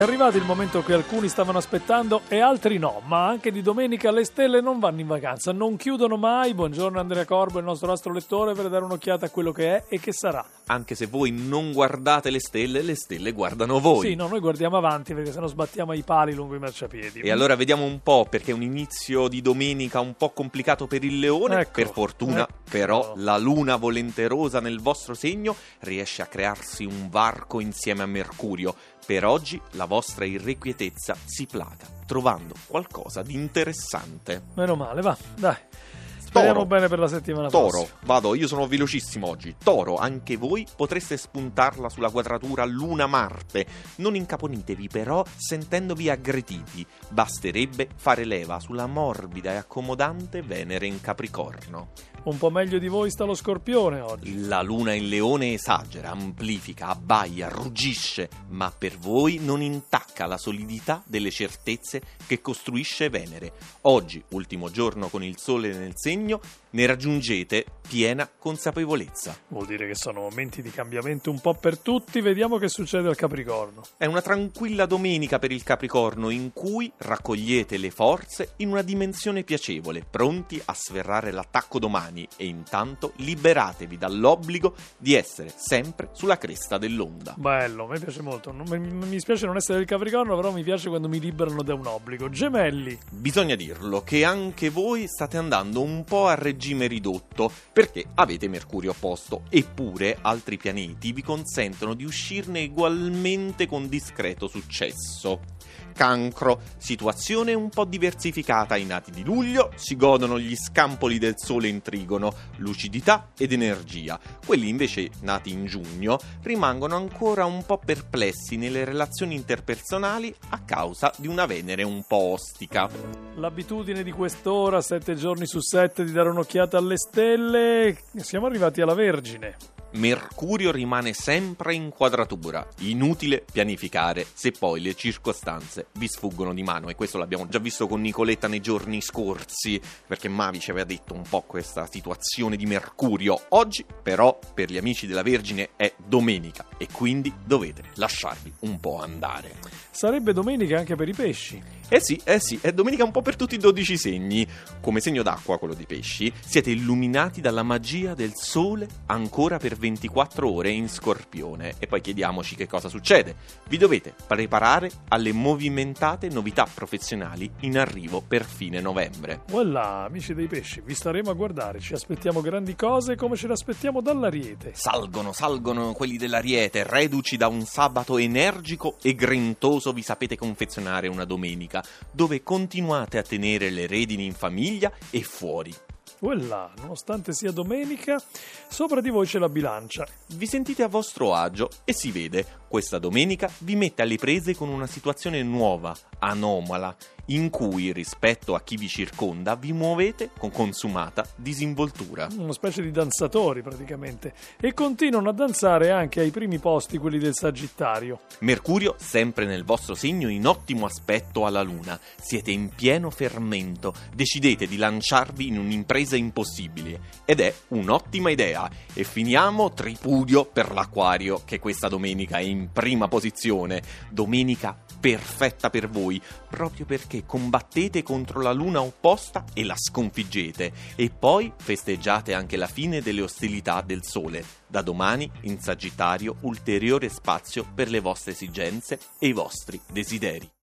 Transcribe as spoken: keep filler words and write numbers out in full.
È arrivato il momento che alcuni stavano aspettando e altri no, ma anche di domenica le stelle non vanno in vacanza, non chiudono mai. Buongiorno Andrea Corbo, il nostro astrolettore, per dare un'occhiata a quello che è e che sarà. Anche se voi non guardate le stelle, le stelle guardano voi. Sì, no, noi guardiamo avanti perché sennò sbattiamo i pali lungo i marciapiedi. E allora vediamo un po', perché è un inizio di domenica un po' complicato per il leone. Ecco, per fortuna, ecco. però, la luna volenterosa nel vostro segno riesce a crearsi un varco insieme a Mercurio. Per oggi la vostra irrequietezza si placa, trovando qualcosa di interessante. Meno male, va, dai. Speriamo Toro. bene per la settimana Toro, prossima. vado, io sono velocissimo oggi. Toro, anche voi potreste spuntarla sulla quadratura Luna-Marte. Non incaponitevi però sentendovi aggrediti. Basterebbe fare leva sulla morbida e accomodante Venere in Capricorno. Un po' meglio di voi sta lo Scorpione oggi. La Luna in Leone esagera, amplifica, abbaia, ruggisce, ma per voi non intacca la solidità delle certezze che costruisce Venere. Oggi, ultimo giorno con il Sole nel segno, ne raggiungete piena consapevolezza. Vuol dire che sono momenti di cambiamento un po' per tutti. Vediamo che succede al Capricorno. È una tranquilla domenica per il Capricorno in cui raccogliete le forze in una dimensione piacevole, pronti a sferrare l'attacco domani e intanto liberatevi dall'obbligo di essere sempre sulla cresta dell'onda. Bello, mi piace molto. Non- Mi, mi spiace non essere del Capricorno, però mi piace quando mi liberano da un obbligo. Gemelli. Bisogna dirlo che anche voi state andando un po' a regime ridotto perché avete Mercurio opposto, eppure altri pianeti vi consentono di uscirne ugualmente con discreto successo. Cancro, situazione un po' diversificata. I nati di luglio si godono gli scampoli del sole in trigono, lucidità ed energia. Quelli invece nati in giugno rimangono ancora un po' perplessi nelle relazioni interpersonali a causa di una Venere un po' ostica. L'abitudine di quest'ora, sette giorni su sette, di dare un'occhiata alle stelle. Siamo arrivati alla Vergine. Mercurio rimane sempre in quadratura. Inutile pianificare se poi le circostanze vi sfuggono di mano, e questo l'abbiamo già visto con Nicoletta nei giorni scorsi, perché Mavi ci aveva detto un po' questa situazione di Mercurio. Oggi però per gli amici della Vergine è domenica e quindi dovete lasciarvi un po' andare. Sarebbe domenica anche per i pesci. Eh sì, eh sì, è domenica un po' per tutti i dodici segni. Come segno d'acqua, quello di pesci, siete illuminati dalla magia del sole ancora per ventiquattro ore in Scorpione. E poi chiediamoci che cosa succede. Vi dovete preparare alle movimentate novità professionali in arrivo per fine novembre. Voilà, amici dei pesci, vi staremo a guardare. Ci aspettiamo grandi cose come ce le aspettiamo dall'Ariete. Salgono, salgono quelli dell'Ariete, reduci da un sabato energico e grintoso. Vi sapete confezionare una domenica dove continuate a tenere le redini in famiglia e fuori. Voilà, nonostante sia domenica, sopra di voi c'è la bilancia. Vi sentite a vostro agio e si vede, questa domenica vi mette alle prese con una situazione nuova, anomala, in cui rispetto a chi vi circonda vi muovete con consumata disinvoltura. Una specie di danzatori praticamente. E continuano a danzare anche ai primi posti quelli del Sagittario. Mercurio sempre nel vostro segno in ottimo aspetto alla Luna. Siete in pieno fermento, decidete di lanciarvi in un'impresa impossibile ed è un'ottima idea. E finiamo tripudio per l'Acquario, che questa domenica è in prima posizione. Domenica perfetta per voi, proprio perché combattete contro la luna opposta e la sconfiggete, e poi festeggiate anche la fine delle ostilità del sole. Da domani in Sagittario ulteriore spazio per le vostre esigenze e i vostri desideri.